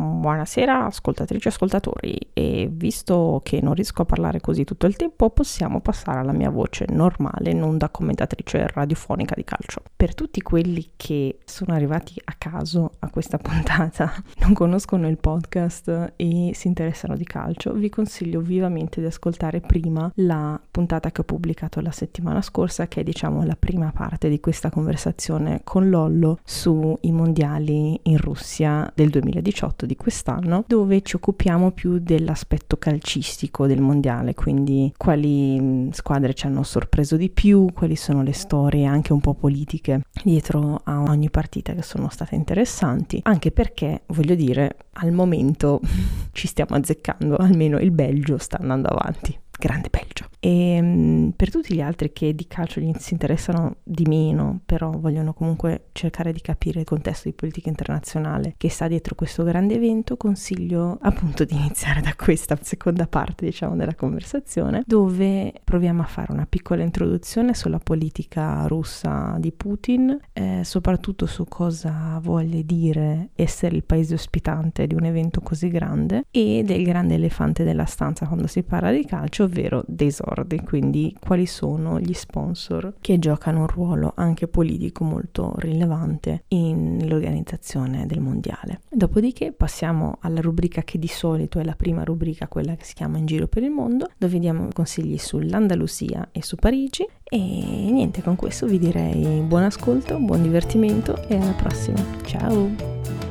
Buonasera ascoltatrici e ascoltatori, e visto che non riesco a parlare così tutto il tempo, possiamo passare alla mia voce normale, non da commentatrice radiofonica di calcio. Per tutti quelli che sono arrivati a caso a questa puntata, non conoscono il podcast e si interessano di calcio, vi consiglio vivamente di ascoltare prima la puntata che ho pubblicato la settimana scorsa, che è diciamo la prima parte di questa conversazione con Lollo sui mondiali in Russia del 2018 di quest'anno, dove ci occupiamo più dell'aspetto calcistico del mondiale, quindi quali squadre ci hanno sorpreso di più, quali sono le storie anche un po' politiche dietro a ogni partita che sono state interessanti, anche perché voglio dire al momento ci stiamo azzeccando, almeno il Belgio sta andando avanti. Grande Belgio. E per tutti gli altri che di calcio si interessano di meno, però vogliono comunque cercare di capire il contesto di politica internazionale che sta dietro questo grande evento, consiglio appunto di iniziare da questa seconda parte, diciamo, della conversazione, dove proviamo a fare una piccola introduzione sulla politica russa di Putin, soprattutto su cosa voglia dire essere il paese ospitante di un evento così grande, e del grande elefante della stanza quando si parla di calcio, ovvero dei sordi, quindi quali sono gli sponsor che giocano un ruolo anche politico molto rilevante nell'organizzazione del mondiale. Dopodiché passiamo alla rubrica che di solito è la prima rubrica, quella che si chiama In Giro per il Mondo, dove diamo consigli sull'Andalusia e su Parigi. E niente, con questo vi direi buon ascolto, buon divertimento e alla prossima. Ciao!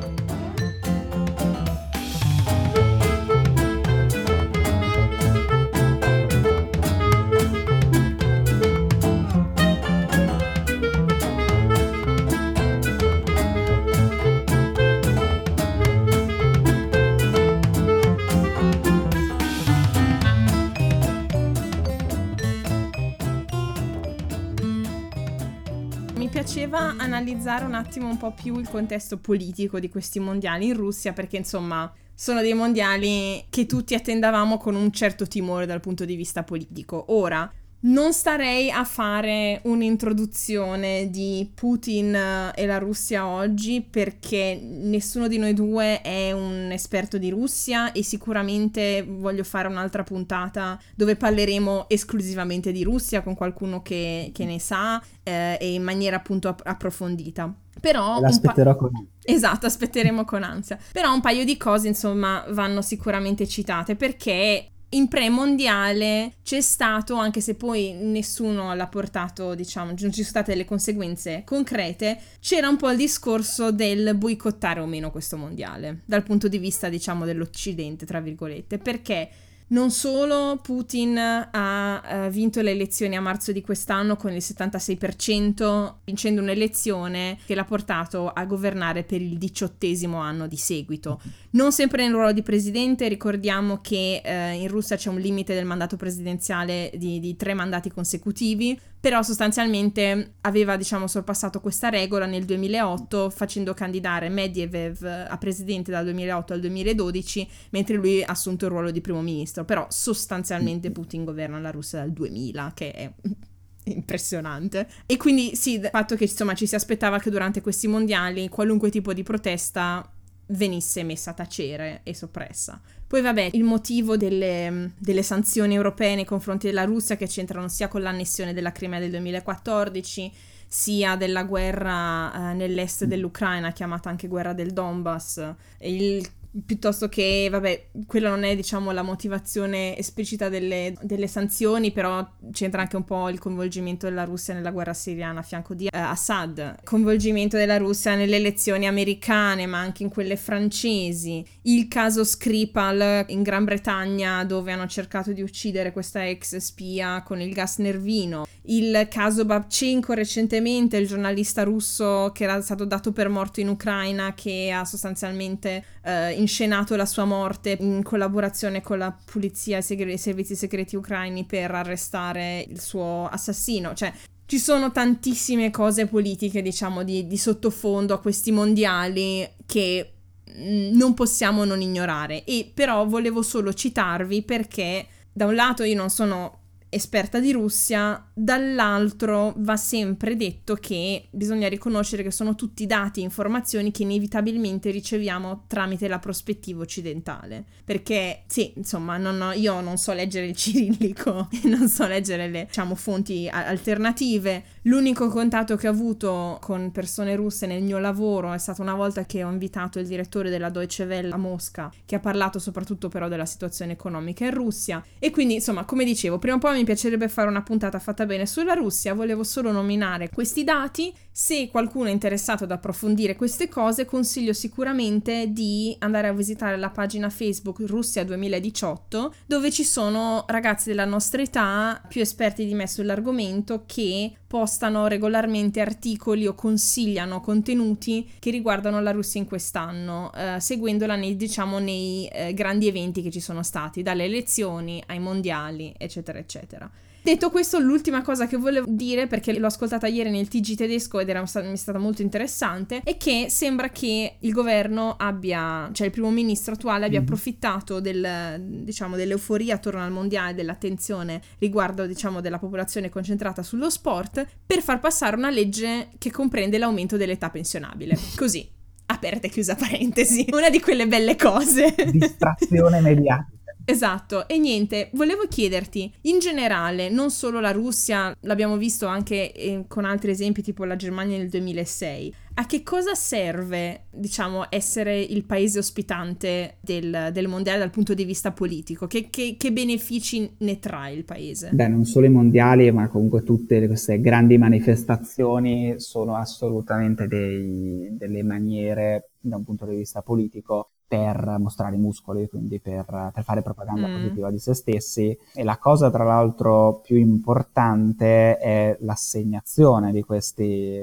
Piaceva analizzare un attimo un po' più il contesto politico di questi mondiali in Russia, perché insomma sono dei mondiali che tutti attendavamo con un certo timore dal punto di vista politico. Ora, non starei a fare un'introduzione di Putin e la Russia oggi, perché nessuno di noi due è un esperto di Russia e sicuramente voglio fare un'altra puntata dove parleremo esclusivamente di Russia con qualcuno che ne sa e in maniera appunto approfondita. Però l'aspetterò con ansia. Esatto, aspetteremo con ansia. Però un paio di cose insomma vanno sicuramente citate, perché in pre-mondiale c'è stato, anche se poi nessuno l'ha portato, diciamo, non ci sono state delle conseguenze concrete, c'era un po' il discorso del boicottare o meno questo mondiale, dal punto di vista, diciamo, dell'Occidente, tra virgolette, perché non solo Putin ha vinto le elezioni a marzo di quest'anno con il 76%, vincendo un'elezione che l'ha portato a governare per il 18° anno di seguito. Non sempre nel ruolo di presidente, ricordiamo che in Russia c'è un limite del mandato presidenziale di 3 mandati consecutivi, però sostanzialmente aveva, diciamo, sorpassato questa regola nel 2008 facendo candidare Medvedev a presidente dal 2008 al 2012, mentre lui ha assunto il ruolo di primo ministro. Però sostanzialmente Putin governa la Russia dal 2000, che è impressionante. E quindi sì, il fatto che insomma ci si aspettava che durante questi mondiali qualunque tipo di protesta venisse messa a tacere e soppressa. Poi vabbè, il motivo delle sanzioni europee nei confronti della Russia, che c'entrano sia con l'annessione della Crimea del 2014 sia della guerra nell'est dell'Ucraina, chiamata anche guerra del Donbass, piuttosto che, vabbè, quella non è, diciamo, la motivazione esplicita delle sanzioni, però c'entra anche un po' il coinvolgimento della Russia nella guerra siriana a fianco di Assad, coinvolgimento della Russia nelle elezioni americane, ma anche in quelle francesi, il caso Skripal in Gran Bretagna, dove hanno cercato di uccidere questa ex spia con il gas nervino, il caso Babchenko recentemente, il giornalista russo che era stato dato per morto in Ucraina, che ha sostanzialmente inscenato la sua morte in collaborazione con la polizia e i servizi segreti ucraini per arrestare il suo assassino. Cioè, ci sono tantissime cose politiche, diciamo, di sottofondo a questi mondiali che non possiamo non ignorare. E però volevo solo citarvi perché da un lato io non sono esperta di Russia, dall'altro va sempre detto che bisogna riconoscere che sono tutti dati e informazioni che inevitabilmente riceviamo tramite la prospettiva occidentale, perché sì, insomma, io non so leggere il cirillico e non so leggere le, diciamo, fonti alternative. L'unico contatto che ho avuto con persone russe nel mio lavoro è stato una volta che ho invitato il direttore della Deutsche Welle a Mosca, che ha parlato soprattutto però della situazione economica in Russia, e quindi insomma, come dicevo, prima o poi mi piacerebbe fare una puntata fatta bene sulla Russia. Volevo solo nominare questi dati. Se qualcuno è interessato ad approfondire queste cose, consiglio sicuramente di andare a visitare la pagina Facebook Russia 2018, dove ci sono ragazzi della nostra età, più esperti di me sull'argomento, che postano regolarmente articoli o consigliano contenuti che riguardano la Russia in quest'anno, seguendola nei grandi eventi che ci sono stati, dalle elezioni ai mondiali, eccetera, eccetera. Detto questo, l'ultima cosa che volevo dire, perché l'ho ascoltata ieri nel TG tedesco ed mi è stata molto interessante, è che sembra che il governo cioè il primo ministro attuale abbia approfittato dell'euforia attorno al mondiale, dell'attenzione riguardo, diciamo, della popolazione concentrata sullo sport, per far passare una legge che comprende l'aumento dell'età pensionabile. Così, aperta e chiusa parentesi, una di quelle belle cose. Distrazione mediatica. Esatto, e niente, volevo chiederti, in generale, non solo la Russia, l'abbiamo visto anche con altri esempi tipo la Germania nel 2006, a che cosa serve, diciamo, essere il paese ospitante del mondiale dal punto di vista politico? Che benefici ne trae il paese? Beh, non solo i mondiali, ma comunque tutte queste grandi manifestazioni sono assolutamente delle maniere, da un punto di vista politico, per mostrare i muscoli, quindi per fare propaganda positiva di se stessi. E la cosa, tra l'altro, più importante è l'assegnazione di questi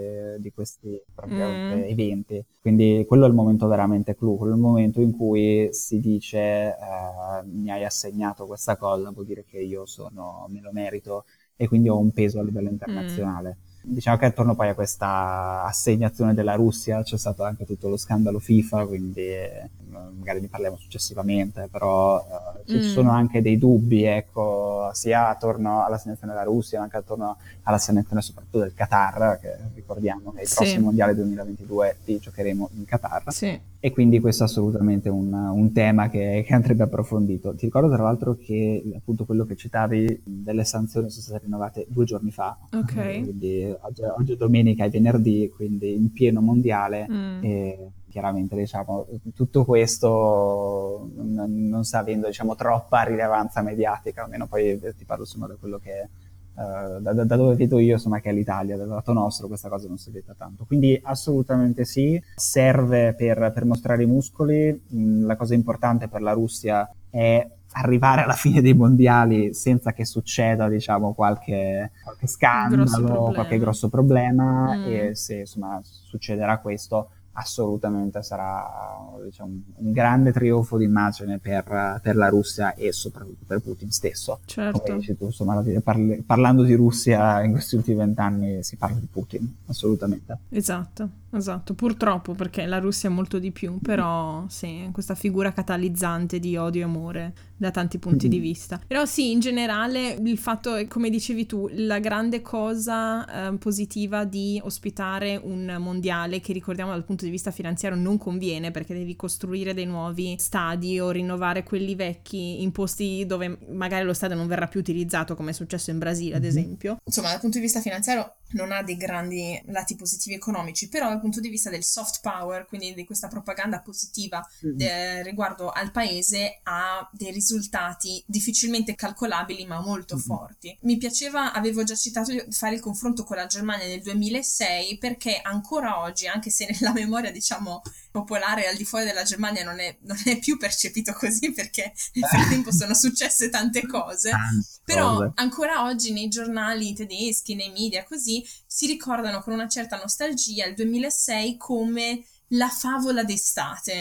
eventi. Quindi quello è il momento veramente clou, quello è il momento in cui si dice mi hai assegnato questa cosa, vuol dire che io me lo merito e quindi ho un peso a livello internazionale. Diciamo che attorno poi a questa assegnazione della Russia c'è stato anche tutto lo scandalo FIFA, quindi magari ne parliamo successivamente, però ci sono anche dei dubbi, ecco, sia attorno all'assegnazione della Russia, ma anche attorno all'assegnazione soprattutto del Qatar, che ricordiamo che i prossimi mondiali 2022 li giocheremo in Qatar. Sì. E quindi questo è assolutamente un tema che andrebbe approfondito. Ti ricordo tra l'altro che appunto quello che citavi delle sanzioni sono state rinnovate 2 giorni fa, quindi oggi è domenica e venerdì, quindi in pieno mondiale, e chiaramente diciamo tutto questo non sta avendo, diciamo, troppa rilevanza mediatica, almeno poi ti parlo insomma da quello che da dove vedo io, insomma, che è l'Italia, dal lato nostro questa cosa non si vede tanto, quindi assolutamente sì, serve per mostrare i muscoli. La cosa importante per la Russia è arrivare alla fine dei mondiali senza che succeda, diciamo, qualche scandalo, qualche grosso problema, e se insomma succederà questo, assolutamente sarà, diciamo, un grande trionfo d'immagine per la Russia e soprattutto per Putin stesso. Certo. Come dici tu, insomma, parlando di Russia in questi ultimi 20 anni si parla di Putin, assolutamente. Esatto, purtroppo, perché la Russia è molto di più, però sì, questa figura catalizzante di odio e amore da tanti punti di vista. Però sì, in generale il fatto, come dicevi tu, la grande cosa positiva di ospitare un mondiale, che ricordiamo dal punto di vista finanziario non conviene, perché devi costruire dei nuovi stadi o rinnovare quelli vecchi in posti dove magari lo stadio non verrà più utilizzato, come è successo in Brasile ad esempio. Insomma, dal punto di vista finanziario non ha dei grandi lati positivi economici, però dal punto di vista del soft power, quindi di questa propaganda positiva riguardo al paese, ha dei risultati difficilmente calcolabili ma molto forti. Mi piaceva, avevo già citato, fare il confronto con la Germania nel 2006, perché ancora oggi, anche se nella memoria, diciamo, popolare al di fuori della Germania non è più percepito così, perché nel frattempo sono successe tante cose, però ancora oggi nei giornali tedeschi, nei media così, si ricordano con una certa nostalgia il 2006 come la favola d'estate,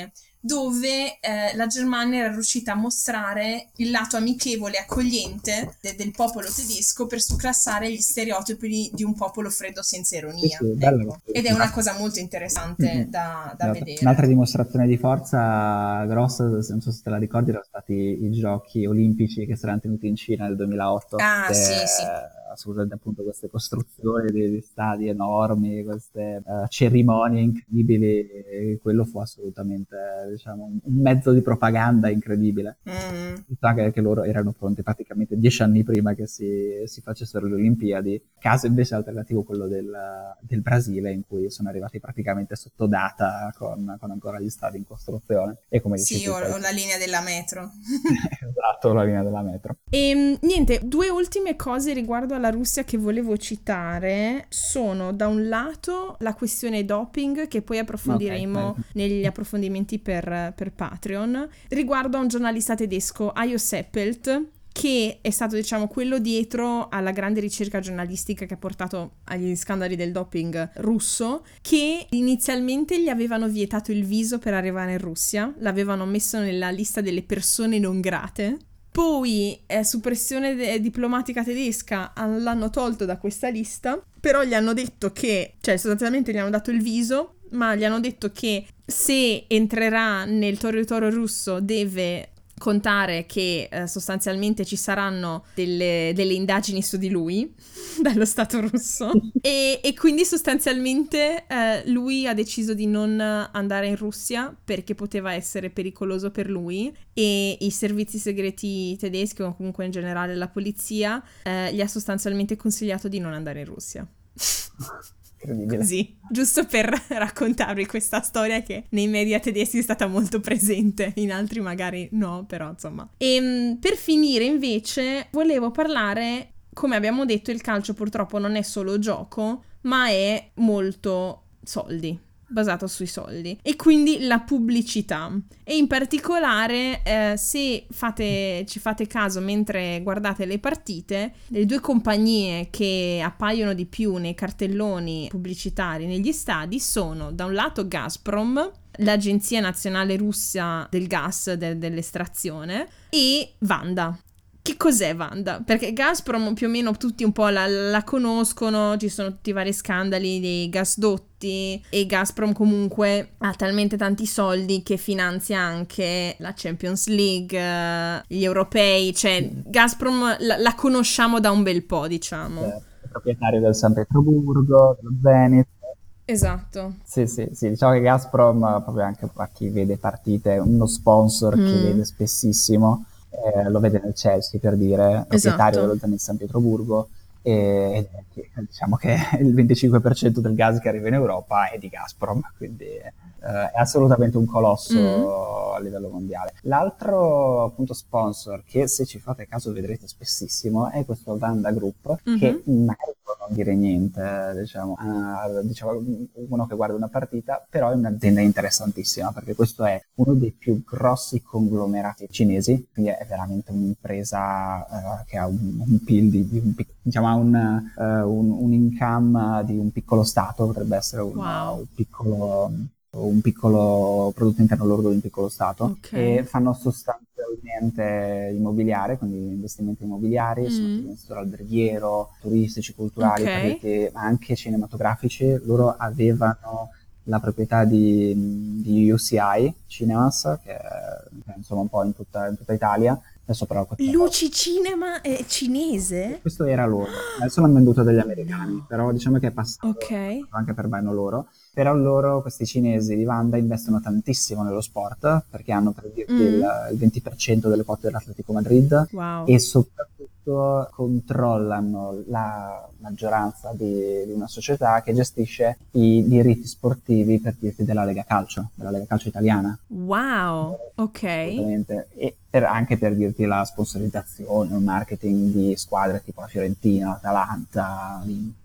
dove la Germania era riuscita a mostrare il lato amichevole e accogliente del popolo tedesco per surclassare gli stereotipi di un popolo freddo senza ironia. Sì, ecco. Ed è una cosa molto interessante da vedere. Un'altra dimostrazione di forza grossa, non so se te la ricordi, erano stati i giochi olimpici che saranno tenuti in Cina nel 2008. Sì. Assolutamente, appunto, queste costruzioni di stadi enormi, queste cerimonie incredibili, quello fu assolutamente, diciamo, un mezzo di propaganda incredibile. Anche che loro erano pronti praticamente 10 anni prima che si facessero le Olimpiadi, caso invece alternativo quello del Brasile, in cui sono arrivati praticamente sotto data con ancora gli stadi in costruzione. E come sì, o la linea della metro. Esatto, la linea della metro. E niente, 2 ultime cose riguardo alla Russia che volevo citare sono, da un lato, la questione doping, che poi approfondiremo negli approfondimenti per Patreon, riguardo a un giornalista tedesco, Ayo Seppelt, che è stato, diciamo, quello dietro alla grande ricerca giornalistica che ha portato agli scandali del doping russo, che inizialmente gli avevano vietato il viso per arrivare in Russia, l'avevano messo nella lista delle persone non grate. Poi, su pressione diplomatica tedesca, l'hanno tolto da questa lista, però gli hanno detto che, cioè sostanzialmente gli hanno dato il viso, ma gli hanno detto che se entrerà nel territorio russo deve contare che sostanzialmente ci saranno delle indagini su di lui dallo Stato russo e quindi sostanzialmente lui ha deciso di non andare in Russia perché poteva essere pericoloso per lui, e i servizi segreti tedeschi, o comunque in generale la polizia, gli ha sostanzialmente consigliato di non andare in Russia. Così, giusto per raccontarvi questa storia che nei media tedeschi è stata molto presente, in altri magari no, però insomma. E per finire invece volevo parlare, come abbiamo detto, il calcio purtroppo non è solo gioco, ma è molto soldi, basato sui soldi, e quindi la pubblicità. E in particolare se ci fate caso mentre guardate le partite, le 2 compagnie che appaiono di più nei cartelloni pubblicitari negli stadi sono, da un lato, Gazprom, l'agenzia nazionale russa del gas, dell'estrazione, e Wanda. Che cos'è Wanda? Perché Gazprom più o meno tutti un po' la conoscono, ci sono tutti i vari scandali dei gasdotti, e Gazprom comunque ha talmente tanti soldi che finanzia anche la Champions League, gli europei, cioè Gazprom la conosciamo da un bel po', diciamo. È proprietario del San Pietroburgo, dello Zenit. Esatto. Sì, diciamo che Gazprom, proprio anche a chi vede partite, uno sponsor che vede spessissimo. Lo vede nel Chelsea, per dire, proprietario dello Zenit San Pietroburgo, e diciamo che il 25% del gas che arriva in Europa è di Gazprom, quindi è assolutamente un colosso a livello mondiale. L'altro, appunto, sponsor che, se ci fate caso, vedrete spessissimo è questo Wanda Group, che magari può non dire niente, diciamo uno che guarda una partita, però è un'azienda interessantissima, perché questo è uno dei più grossi conglomerati cinesi, quindi è veramente un'impresa che ha un PIL diciamo ha un income di un piccolo stato, potrebbe essere un piccolo prodotto interno lordo di un piccolo stato, e fanno sostanzialmente immobiliare, quindi investimenti immobiliari, sono in settore alberghiero, turistici, culturali, ma anche cinematografici. Loro avevano la proprietà di UCI Cinemas, che è insomma un po' in tutta Italia. Adesso però Luci Cinema è cinese? Questo era loro, adesso l'hanno venduto dagli americani, però diciamo che è passato anche per mano loro. Però loro, questi cinesi di Wanda, investono tantissimo nello sport, perché hanno, per dirti, il 20% delle quote dell'Atletico Madrid, e soprattutto controllano la maggioranza di una società che gestisce i diritti sportivi, per dirti, della Lega Calcio italiana. Wow, ok. Assolutamente. E anche per dirti la sponsorizzazione, il marketing di squadre tipo la Fiorentina, l'Atalanta, l'Inter,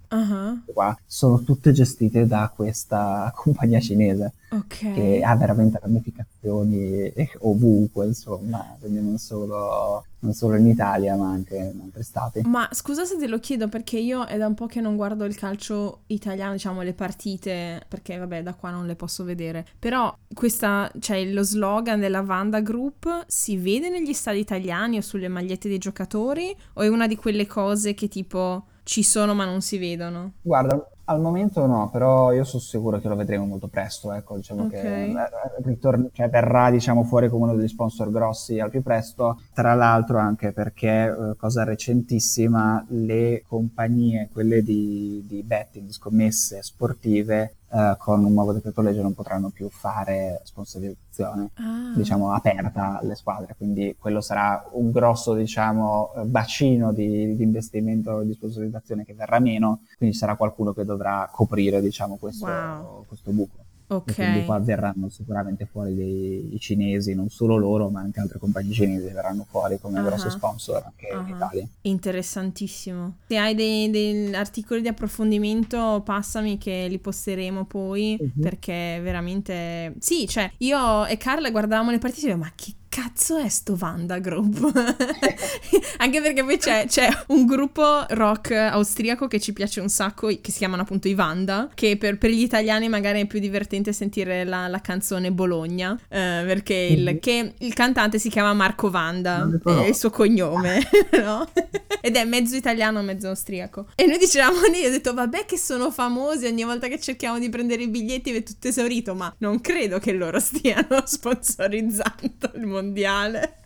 Qua sono tutte gestite da questa compagnia cinese che ha veramente ramificazioni ovunque, insomma, quindi non solo in Italia ma anche in altri stati. Ma scusa se te lo chiedo, perché io è da un po' che non guardo il calcio italiano, diciamo le partite, perché vabbè da qua non le posso vedere, però cioè lo slogan della Wanda Group si vede negli stadi italiani o sulle magliette dei giocatori, o è una di quelle cose che tipo ci sono ma non si vedono? Guarda, al momento no, però io sono sicuro che lo vedremo molto presto, ecco, diciamo che cioè, verrà, diciamo, fuori come uno degli sponsor grossi al più presto, tra l'altro anche perché, cosa recentissima, le compagnie, quelle di betting, scommesse sportive, con un nuovo decreto legge non potranno più fare sponsorizzazione, diciamo, aperta alle squadre, quindi quello sarà un grosso, diciamo, bacino di investimento di sponsorizzazione che verrà meno, quindi sarà qualcuno che dovrà coprire, diciamo, questo buco. E quindi qua verranno sicuramente fuori i cinesi, non solo loro, ma anche altre compagnie cinesi verranno fuori come grossi sponsor anche in Italia. Interessantissimo. Se hai dei articoli di approfondimento, passami che li posteremo poi, perché veramente... Sì, cioè, io e Carla guardavamo le partite e dicevo, ma che cazzo è sto Wanda Group? Anche perché poi c'è un gruppo rock austriaco che ci piace un sacco, che si chiamano appunto i Wanda, che per gli italiani magari è più divertente sentire la canzone Bologna, perché il cantante si chiama Marco Wanda, è il suo cognome, no? Ed è mezzo italiano, mezzo austriaco. E noi dicevamo lì, ho detto vabbè che sono famosi, ogni volta che cerchiamo di prendere i biglietti è tutto esaurito, ma non credo che loro stiano sponsorizzando il mondiale.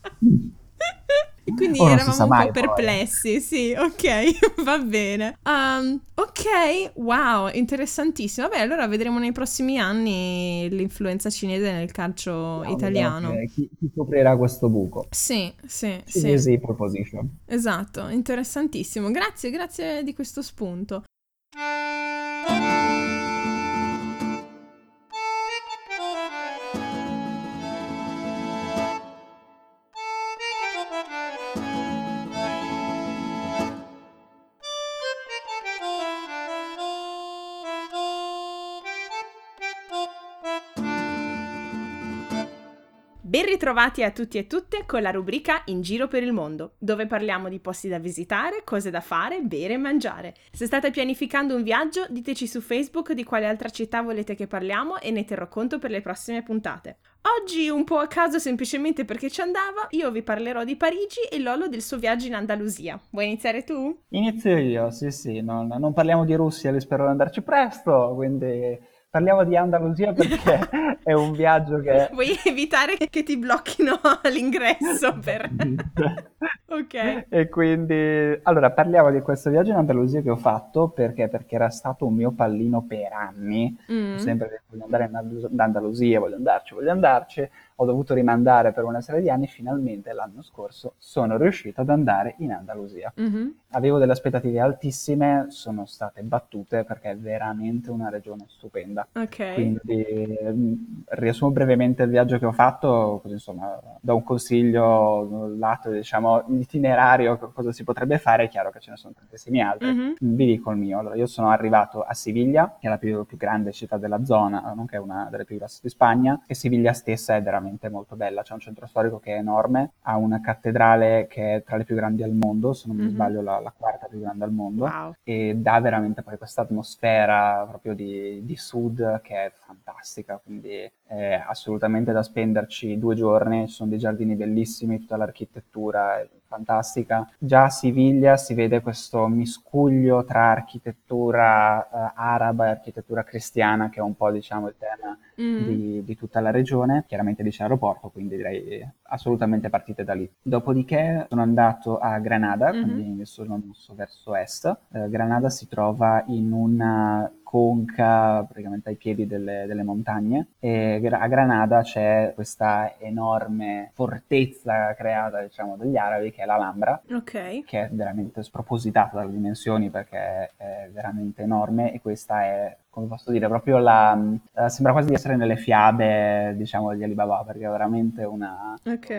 E quindi eravamo un po' perplessi, sì, ok, va bene. Ok, wow, interessantissimo. Vabbè, allora vedremo nei prossimi anni l'influenza cinese nel calcio italiano. Chi coprirà questo buco? Sì. Cinesi pole position. Esatto, interessantissimo. Grazie di questo spunto. Ben ritrovati a tutti e tutte con la rubrica In Giro per il Mondo, dove parliamo di posti da visitare, cose da fare, bere e mangiare. Se state pianificando un viaggio, diteci su Facebook di quale altra città volete che parliamo e ne terrò conto per le prossime puntate. Oggi, un po' a caso semplicemente perché ci andava, io vi parlerò di Parigi e Lollo del suo viaggio in Andalusia. Vuoi iniziare tu? Inizio io, sì, non parliamo di Russia, spero di andarci presto, quindi... Parliamo di Andalusia perché è un viaggio che... Vuoi evitare che ti blocchino all'ingresso per... Ok. E quindi... Allora, parliamo di questo viaggio in Andalusia che ho fatto perché era stato un mio pallino per anni. Ho sempre detto voglio andare in Andalusia, voglio andarci. Ho dovuto rimandare per una serie di anni, finalmente l'anno scorso sono riuscito ad andare in Andalusia. Avevo delle aspettative altissime, sono state battute perché è veramente una regione stupenda. Quindi riassumo brevemente il viaggio che ho fatto, così insomma do un consiglio lato, diciamo, itinerario, cosa si potrebbe fare. È chiaro che ce ne sono tantissimi altri. Vi dico il mio. Allora, io sono arrivato a Siviglia, che è la più grande città della zona, nonché una delle più grosse di Spagna, e Siviglia stessa è veramente molto bella. C'è un centro storico che è enorme, ha una cattedrale che è tra le più grandi al mondo, se non mi sbaglio la quarta più grande al mondo, e dà veramente poi questa atmosfera proprio di sud che è fantastica, quindi è assolutamente da spenderci 2 giorni. Ci sono dei giardini bellissimi, tutta l'architettura è fantastica. Già a Siviglia si vede questo miscuglio tra architettura araba e architettura cristiana, che è un po', diciamo, il tema di tutta la regione. Chiaramente lì c'è l'aeroporto, quindi direi assolutamente partite da lì. Dopodiché sono andato a Granada, quindi mi sono mosso verso est. Granada si trova in una conca praticamente ai piedi delle montagne, e a Granada c'è questa enorme fortezza creata, diciamo, dagli arabi, che è l'Alhambra, che è veramente spropositata dalle dimensioni perché è veramente enorme, e questa è come posso dire, proprio sembra quasi di essere nelle fiabe, diciamo, di Alibaba, perché è veramente una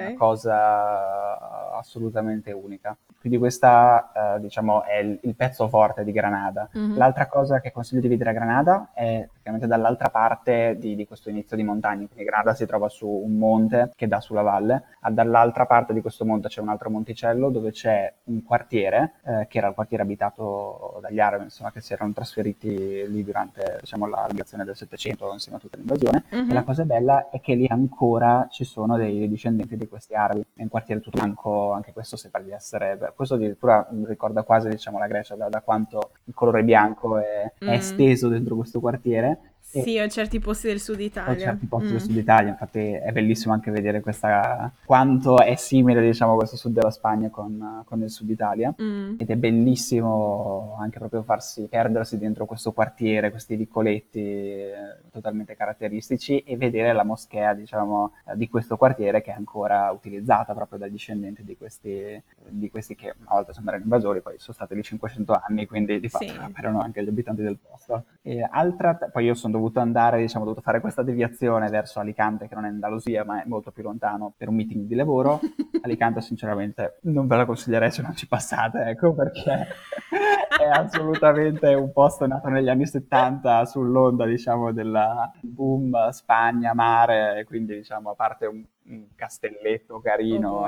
cosa assolutamente unica. Quindi questa, diciamo, è il pezzo forte di Granada. L'altra cosa che consiglio di vedere a Granada è praticamente dall'altra parte di questo inizio di montagna. Quindi Granada si trova su un monte che dà sulla valle, dall'altra parte di questo monte c'è un altro monticello dove c'è un quartiere, che era il quartiere abitato dagli arabi, insomma, che si erano trasferiti lì durante, diciamo, la migrazione del Settecento, insieme a tutta l'invasione. E la cosa bella è che lì ancora ci sono dei discendenti di questi arabi. È un quartiere tutto bianco, anche questo sembra di essere, questo addirittura mi ricorda quasi, diciamo, la Grecia, da quanto il colore bianco è esteso dentro questo quartiere. Sì, a certi posti del sud Italia. A certi posti del sud Italia, infatti è bellissimo anche vedere quanto è simile, diciamo, questo sud della Spagna con il sud Italia. Ed è bellissimo anche proprio perdersi dentro questo quartiere, questi vicoletti totalmente caratteristici, e vedere la moschea, diciamo, di questo quartiere, che è ancora utilizzata proprio dai discendenti di questi che una volta sembrano invasori, poi sono stati lì 500 anni, quindi di fatto erano anche gli abitanti del posto. Poi io sono dovuto andare, diciamo, ho dovuto fare questa deviazione verso Alicante, che non è Andalusia, ma è molto più lontano, per un meeting di lavoro. Alicante, sinceramente, non ve la consiglierei se non ci passate, ecco, perché è assolutamente un posto nato negli anni 70 sull'onda, diciamo, del boom Spagna, mare, quindi, diciamo, a parte un castelletto carino,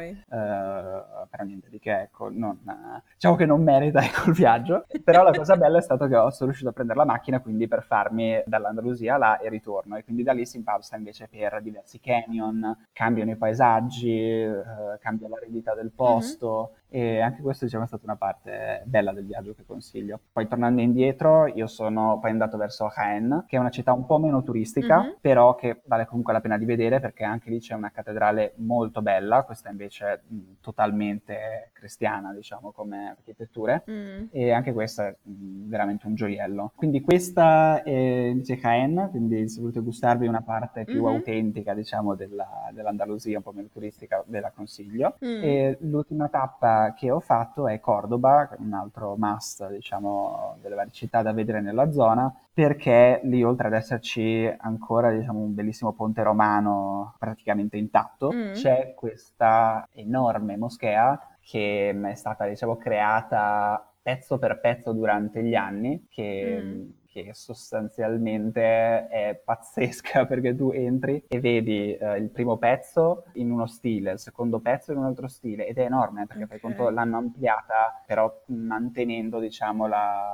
però niente di che, ecco, diciamo che non merita, ecco, il viaggio. Però la cosa bella è stato che sono riuscito a prendere la macchina, quindi per farmi dall'Andalusia là e ritorno, e quindi da lì si impasta invece per diversi canyon, cambiano i paesaggi, cambia l'aridità del posto, e anche questo, diciamo, è stata una parte bella del viaggio che consiglio. Poi tornando indietro, io sono poi andato verso Jaén, che è una città un po' meno turistica, però che vale comunque la pena di vedere, perché anche lì c'è una cattedrale molto bella, questa invece totalmente cristiana, diciamo, come architetture, e anche questa è veramente un gioiello. Quindi questa è invece Jaén, quindi se volete gustarvi una parte più autentica, diciamo, dell'Andalusia, un po' meno turistica, ve la consiglio. E l'ultima tappa che ho fatto è Cordoba, un altro must, diciamo, delle varie città da vedere nella zona, perché lì, oltre ad esserci ancora, diciamo, un bellissimo ponte romano praticamente intatto, c'è questa enorme moschea che è stata, diciamo, creata pezzo per pezzo durante gli anni, che sostanzialmente è pazzesca, perché tu entri e vedi il primo pezzo in uno stile, il secondo pezzo in un altro stile, ed è enorme, perché fai conto, l'hanno ampliata, però mantenendo, diciamo,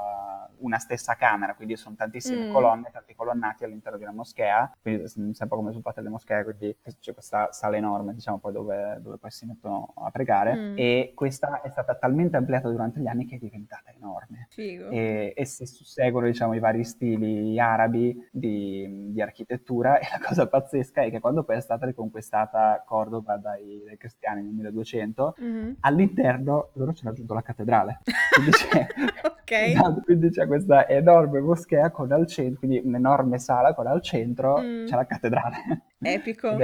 una stessa camera, quindi sono tantissime colonne, tanti colonnati all'interno di una moschea, quindi sempre come su fatte le moschee, quindi c'è questa sala enorme, diciamo, poi dove poi si mettono a pregare, e questa è stata talmente ampliata durante gli anni che è diventata enorme. Figo. E si susseguono, diciamo, i vari stili arabi di architettura, e la cosa pazzesca è che quando poi è stata riconquistata Cordoba dai cristiani nel 1200, all'interno loro ci hanno aggiunto la cattedrale. Quindi esatto, quindi c'è questa enorme moschea con al centro, quindi un'enorme sala con al centro c'è la cattedrale. Epico. Ed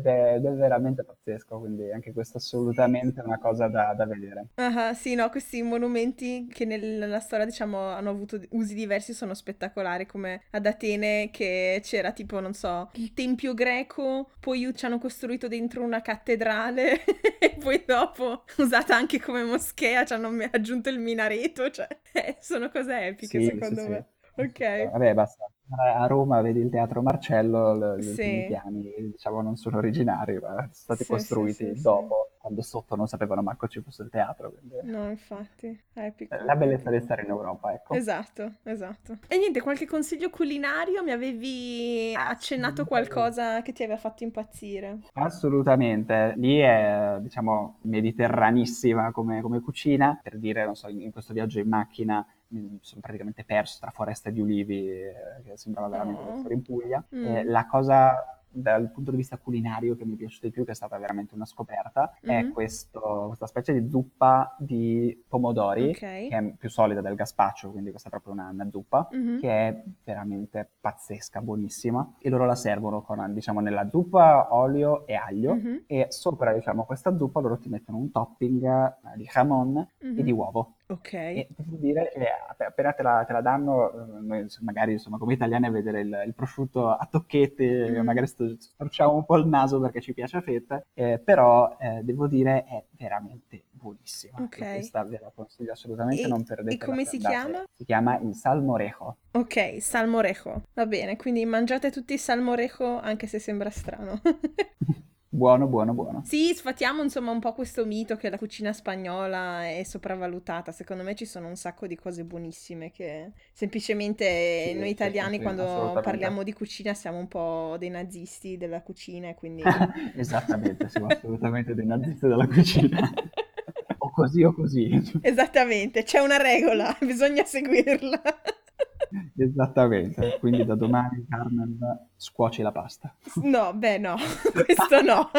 è veramente pazzesco, quindi anche questo assolutamente è una cosa da vedere. Sì, no, questi monumenti che nella storia, diciamo, hanno avuto usi diversi sono spettacolari, come ad Atene, che c'era tipo, non so, il tempio greco, poi ci hanno costruito dentro una cattedrale e poi dopo, usata anche come moschea, ci hanno aggiunto il minareto, cioè, sono cose epiche, secondo me. Ok. Vabbè, basta. A Roma vedi il Teatro Marcello, gli ultimi piani, diciamo, non sono originari, ma sono stati costruiti dopo, quando sotto non sapevano manco ci fosse il teatro. Quindi... No, infatti, epico. La bellezza di stare in Europa, ecco. Esatto. E niente, qualche consiglio culinario? Mi avevi accennato qualcosa che ti aveva fatto impazzire? Assolutamente, lì è, diciamo, mediterranissima come cucina, per dire, non so, in questo viaggio in macchina mi sono praticamente perso tra foreste di ulivi, che sembrava veramente di essere in Puglia. La cosa dal punto di vista culinario che mi è piaciuta di più, che è stata veramente una scoperta, è questa specie di zuppa di pomodori, che è più solida del gazpacho, quindi questa è proprio una zuppa, che è veramente pazzesca, buonissima, e loro la servono con, diciamo, nella zuppa olio e aglio, e sopra, diciamo, questa zuppa loro ti mettono un topping di jamon e di uovo. Ok. E devo dire che appena te la danno, noi magari insomma come italiani a vedere il prosciutto a tocchetti, magari storciamo un po' il naso perché ci piace a fette, però devo dire è veramente buonissima. Ok. Questa ve la consiglio assolutamente, non E perdetela come se si andate. chiama? Si chiama il salmorejo. Ok, salmorejo. Va bene, quindi mangiate tutti il salmorejo anche se sembra strano. Buono, buono, buono. Sì, sfatiamo insomma un po' questo mito che la cucina spagnola è sopravvalutata. Secondo me ci sono un sacco di cose buonissime che semplicemente Sì, noi sì, sì, italiani sì, quando assolutamente. parliamo di cucina siamo un po' dei nazisti della cucina e quindi... Esattamente, siamo assolutamente dei nazisti della cucina. O così o così. Esattamente, c'è una regola, bisogna seguirla. Esattamente. Quindi da domani, Carmen, scuoci la pasta. No, beh no, questo no.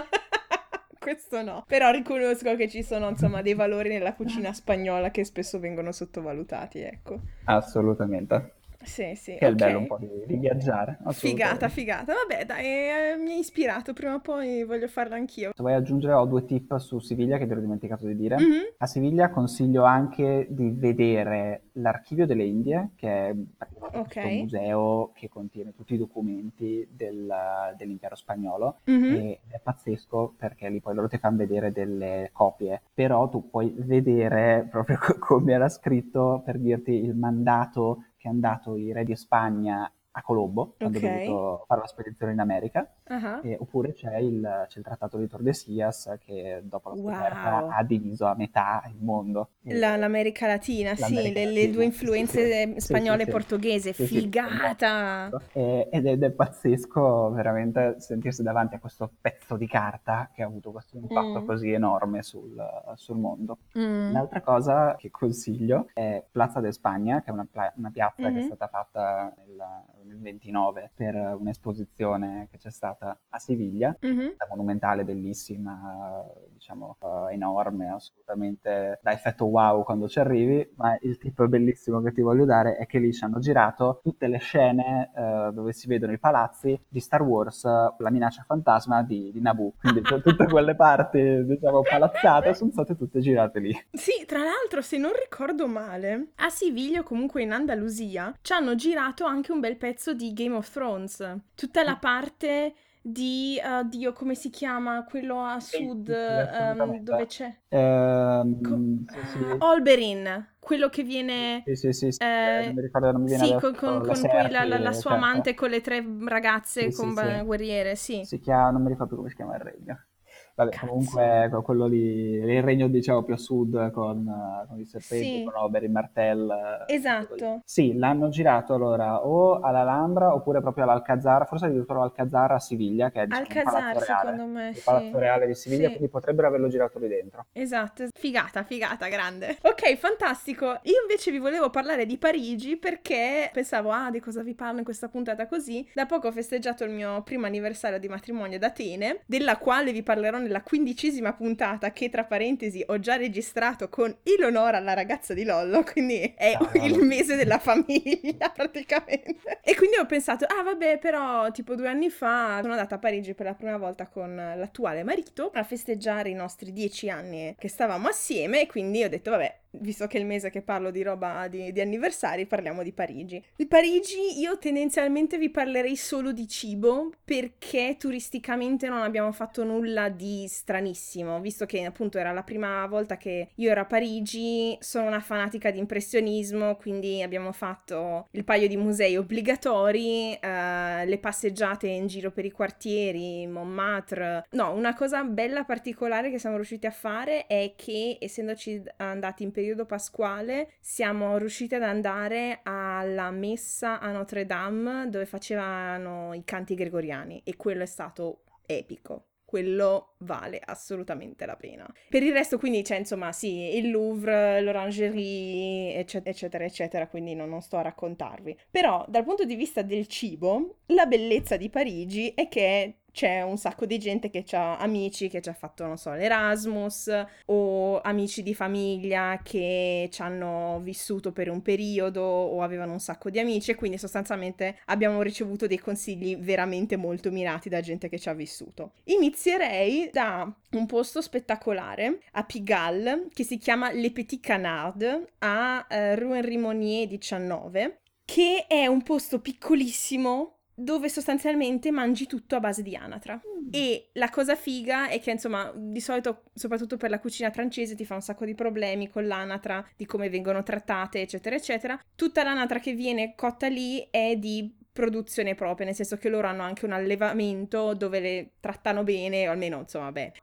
Questo no. Però riconosco che ci sono insomma dei valori nella cucina spagnola che spesso vengono sottovalutati, ecco. Assolutamente. Sì, sì, Che è il bello un ok. po' di viaggiare, Figata, assolutamente. figata. Vabbè, dai, mi hai ispirato, prima o poi voglio farlo anch'io. Se vuoi aggiungere, ho 2 tip su Siviglia che ti ero dimenticato di dire. Mhm. A Siviglia consiglio anche di vedere l'Archivio delle Indie, che è praticamente Ok. questo museo che contiene tutti i documenti dell'impero spagnolo. Mhm. Ed è pazzesco perché lì poi loro ti fanno vedere delle copie, però tu puoi vedere proprio come era scritto, per dirti, il mandato che hanno dato i re di Spagna a Colombo quando ha Ok. dovuto fare la spedizione in America. Ah. Oppure c'è il Trattato di Tordesillas che dopo la scoperta Wow. ha diviso a metà il mondo. L'America Latina, sì, L'America le due Latina. Sì, sì, influenze sì, sì, spagnole e sì. portoghese, Sì, sì, esatto. figata! Ed è pazzesco veramente sentirsi davanti a questo pezzo di carta che ha avuto questo impatto Mm. così enorme sul mondo. Mm. L'altra cosa che consiglio è Plaza de Spagna, che è una piazza che è Mhm. stata fatta nel 29 per un'esposizione che c'è stata a Siviglia, Mhm. monumentale, bellissima, diciamo, enorme, assolutamente da effetto wow quando ci arrivi, ma il tip bellissimo che ti voglio dare è che lì ci hanno girato tutte le scene dove si vedono i palazzi di Star Wars, la minaccia fantasma di Naboo, quindi tutte quelle parti, diciamo, palazzate sono state tutte girate lì. Sì, tra l'altro, se non ricordo male, a Siviglia o comunque in Andalusia ci hanno girato anche un bel pezzo di Game of Thrones. Tutta la parte di, Dio, come si chiama? Quello a Sì, sud, sì, sì, dove assolutamente. c'è... Sì, sì, Oberyn, quello che viene... sì, sì, sì, sì, non eh, mi ricordo, non mi viene sì, adesso la con poi la Serpi, sua certo. amante con le 3 ragazze Sì, sì, sì. guerriere, sì. Si chiama, non mi ricordo più come si chiama il regno. Vabbè, Cazzo. comunque quello lì, il regno diciamo più a sud con il serpente, con Sì, Oberyn, il martello, quello lì. esatto. Sì, l'hanno girato allora o all'Alhambra oppure proprio all'Alcazar, forse addirittura all'Alcazar a Siviglia, che è diciamo il palazzo Alcazar, reale. secondo me, Il palazzo sì. reale di Siviglia, Sì. quindi potrebbero averlo girato lì dentro. Esatto, figata, figata, grande. Ok, fantastico. Io invece vi volevo parlare di Parigi perché pensavo, di cosa vi parlo in questa puntata così. Da poco ho festeggiato il mio primo anniversario di matrimonio ad Atene, della quale vi parlerò nella 15ª puntata che tra parentesi ho già registrato con Eleonora, la ragazza di Lollo, quindi è il Cavolo. mese della famiglia praticamente. E quindi ho pensato, vabbè, però tipo 2 anni fa sono andata a Parigi per la prima volta con l'attuale marito a festeggiare i nostri 10 anni che stavamo assieme e quindi ho detto, vabbè, visto che è il mese che parlo di roba di anniversari, parliamo di Parigi. Di Parigi io tendenzialmente vi parlerei solo di cibo perché turisticamente non abbiamo fatto nulla di stranissimo, visto che appunto era la prima volta che io ero a Parigi, sono una fanatica di impressionismo, quindi abbiamo fatto il paio di musei obbligatori, le passeggiate in giro per i quartieri, Montmartre. No, una cosa bella particolare che siamo riusciti a fare è che, essendoci andati in periodo pasquale, siamo riusciti ad andare alla messa a Notre Dame dove facevano i canti gregoriani e quello è stato epico. Quello vale assolutamente la pena. Per il resto, quindi c'è insomma, sì, il Louvre, l'Orangerie, eccetera, eccetera, quindi non sto a raccontarvi. Però, dal punto di vista del cibo, la bellezza di Parigi è che è c'è un sacco di gente che ha amici che ci ha fatto, non so, l'Erasmus, o amici di famiglia che ci hanno vissuto per un periodo o avevano un sacco di amici, e quindi sostanzialmente abbiamo ricevuto dei consigli veramente molto mirati da gente che ci ha vissuto. Inizierei da un posto spettacolare a Pigalle che si chiama Le Petit Canard a Rue Henri Monnier 19, che è un posto piccolissimo dove sostanzialmente mangi tutto a base di anatra. E la cosa figa è che, insomma, di solito, soprattutto per la cucina francese, ti fa un sacco di problemi con l'anatra, di come vengono trattate, eccetera, eccetera. Tutta l'anatra che viene cotta lì è di produzione propria, nel senso che loro hanno anche un allevamento dove le trattano bene, o almeno, insomma, beh,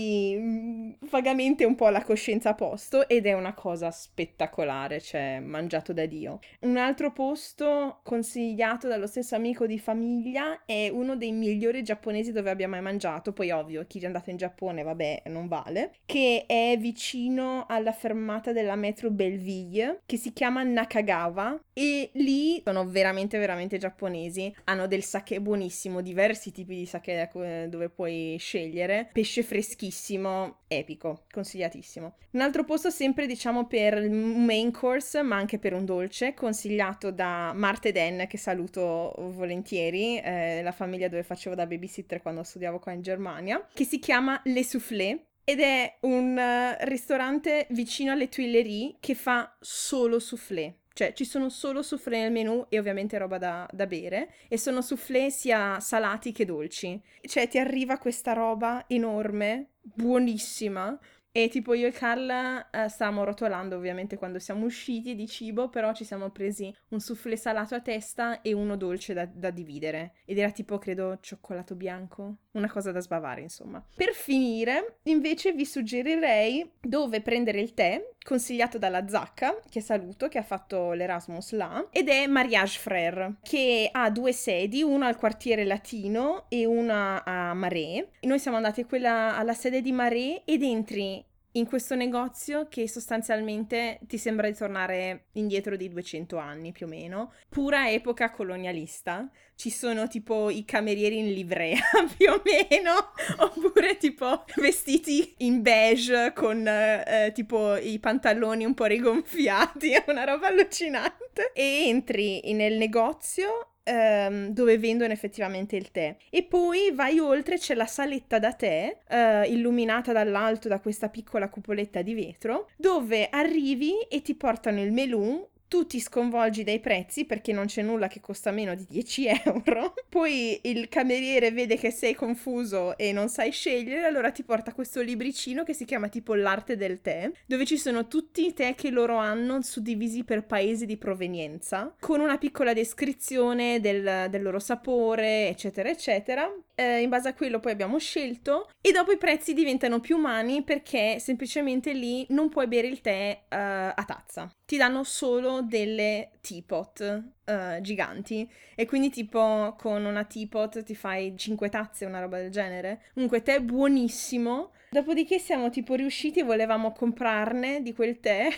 hai vagamente un po' la coscienza a posto, ed è una cosa spettacolare, cioè mangiato da Dio. Un altro posto consigliato dallo stesso amico di famiglia è uno dei migliori giapponesi dove abbia mai mangiato, poi ovvio, chi è andato in Giappone, vabbè, non vale, che è vicino alla fermata della metro Belleville, che si chiama Nakagawa, e lì sono veramente veramente giapponesi. Hanno del sake buonissimo, diversi tipi di sake dove puoi scegliere, pesce freschissimo, epico, consigliatissimo. Un altro posto sempre, diciamo, per un main course, ma anche per un dolce, consigliato da Marte Den, che saluto volentieri, la famiglia dove facevo da babysitter quando studiavo qua in Germania, che si chiama Le Soufflé. Ed è un ristorante vicino alle Tuileries che fa solo soufflé. Cioè, ci sono solo soufflé nel menù e ovviamente roba da bere. E sono soufflé sia salati che dolci. Cioè, ti arriva questa roba enorme, buonissima. E tipo io e Carla stavamo rotolando ovviamente quando siamo usciti di cibo, però ci siamo presi un soufflé salato a testa e uno dolce da dividere. Ed era tipo, credo, cioccolato bianco. Una cosa da sbavare, insomma. Per finire, invece, vi suggerirei dove prendere il tè, consigliato dalla Zacca, che saluto, che ha fatto l'Erasmus là, ed è Mariage Frère, che ha 2 sedi, una al quartiere latino e una a Marais. Noi siamo andati alla sede di Marais ed entri in questo negozio che sostanzialmente ti sembra di tornare indietro di 200 anni più o meno, pura epoca colonialista. Ci sono tipo i camerieri in livrea più o meno, oppure tipo vestiti in beige con tipo i pantaloni un po' rigonfiati, è una roba allucinante. E entri nel negozio dove vendono effettivamente il tè, e poi vai oltre, c'è la saletta da tè illuminata dall'alto da questa piccola cupoletta di vetro, dove arrivi e ti portano il menù. Tu ti sconvolgi dai prezzi perché non c'è nulla che costa meno di 10 euro. Poi il cameriere vede che sei confuso e non sai scegliere, allora ti porta questo libricino che si chiama tipo l'arte del tè, dove ci sono tutti i tè che loro hanno suddivisi per paesi di provenienza, con una piccola descrizione del loro sapore, eccetera eccetera. In base a quello poi abbiamo scelto, e dopo i prezzi diventano più umani perché semplicemente lì non puoi bere il tè a tazza. Ti danno solo delle teapot giganti, e quindi tipo con una teapot ti fai 5 tazze, una roba del genere. Comunque tè buonissimo. Dopodiché siamo tipo riusciti e volevamo comprarne di quel tè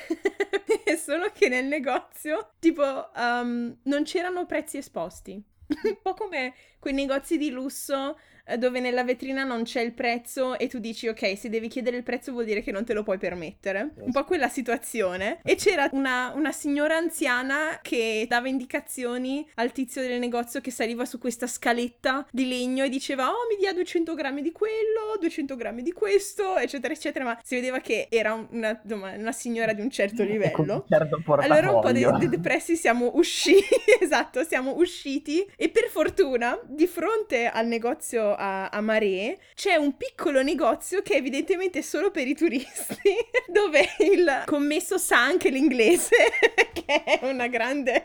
solo che nel negozio tipo non c'erano prezzi esposti. Un po' come quei negozi di lusso dove nella vetrina non c'è il prezzo e tu dici ok, se devi chiedere il prezzo vuol dire che non te lo puoi permettere. Un po' quella situazione. E c'era una signora anziana che dava indicazioni al tizio del negozio che saliva su questa scaletta di legno e diceva oh, mi dia 200 grammi di quello, 200 grammi di questo, eccetera eccetera, ma si vedeva che era una signora di un certo livello. Allora un po' depressi siamo usciti esatto, siamo usciti, e per fortuna di fronte al negozio a Marais c'è un piccolo negozio che è evidentemente solo per i turisti dove il commesso sa anche l'inglese che è una grande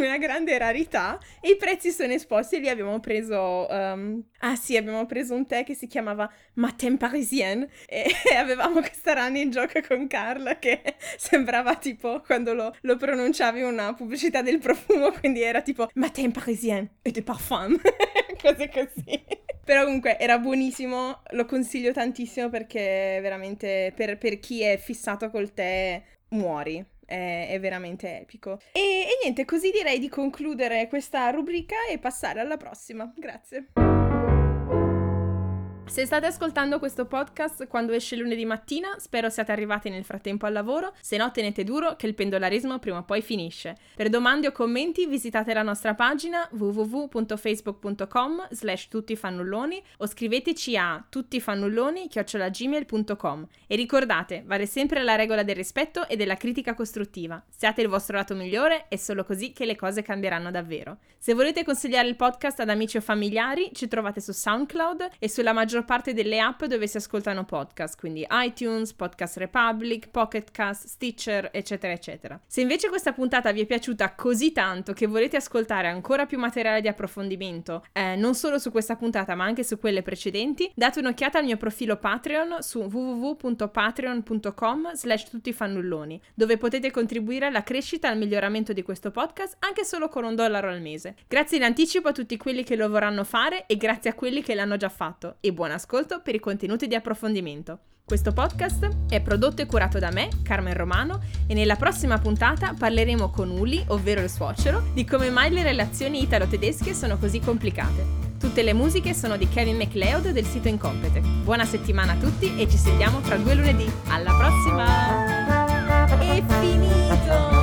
rarità, e i prezzi sono esposti. E lì abbiamo preso abbiamo preso un tè che si chiamava Matin Parisien e avevamo questa running joke con Carla che sembrava tipo quando lo pronunciavi una pubblicità del profumo, quindi era tipo Matin Parisien et de parfum cose così. Però comunque era buonissimo, lo consiglio tantissimo perché veramente per chi è fissato col tè muori. È veramente epico. E niente, così direi di concludere questa rubrica e passare alla prossima. Grazie. Se state ascoltando questo podcast quando esce lunedì mattina, spero siate arrivati nel frattempo al lavoro, se no tenete duro che il pendolarismo prima o poi finisce. Per domande o commenti visitate la nostra pagina www.facebook.com/tuttifannulloni o scriveteci a tuttifannulloni@gmail.com e ricordate, vale sempre la regola del rispetto e della critica costruttiva. Siate il vostro lato migliore, è solo così che le cose cambieranno davvero. Se volete consigliare il podcast ad amici o familiari, ci trovate su SoundCloud e sulla maggior parte delle app dove si ascoltano podcast, quindi iTunes, Podcast Republic, Pocket Cast, Stitcher, eccetera eccetera. Se invece questa puntata vi è piaciuta così tanto che volete ascoltare ancora più materiale di approfondimento, non solo su questa puntata ma anche su quelle precedenti, date un'occhiata al mio profilo Patreon su www.patreon.com/tuttifannulloni, dove potete contribuire alla crescita e al miglioramento di questo podcast anche solo con $1 al mese. Grazie in anticipo a tutti quelli che lo vorranno fare e grazie a quelli che l'hanno già fatto, e buon ascolto per i contenuti di approfondimento. Questo podcast è prodotto e curato da me, Carmen Romano, e nella prossima puntata parleremo con Uli, ovvero il suocero, di come mai le relazioni italo-tedesche sono così complicate. Tutte le musiche sono di Kevin MacLeod del sito Incompetech. Buona settimana a tutti e ci sentiamo tra 2 lunedì. Alla prossima! È finito!